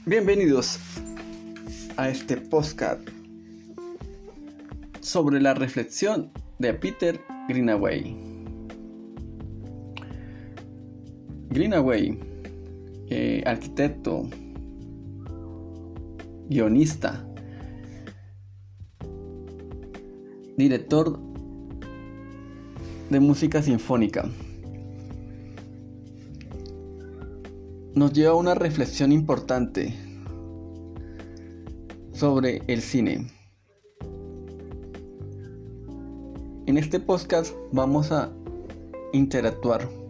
Bienvenidos a este podcast sobre la reflexión de Peter Greenaway. Greenaway, arquitecto, guionista, director de música sinfónica, nos lleva a una reflexión importante sobre el cine. En este podcast vamos a interactuar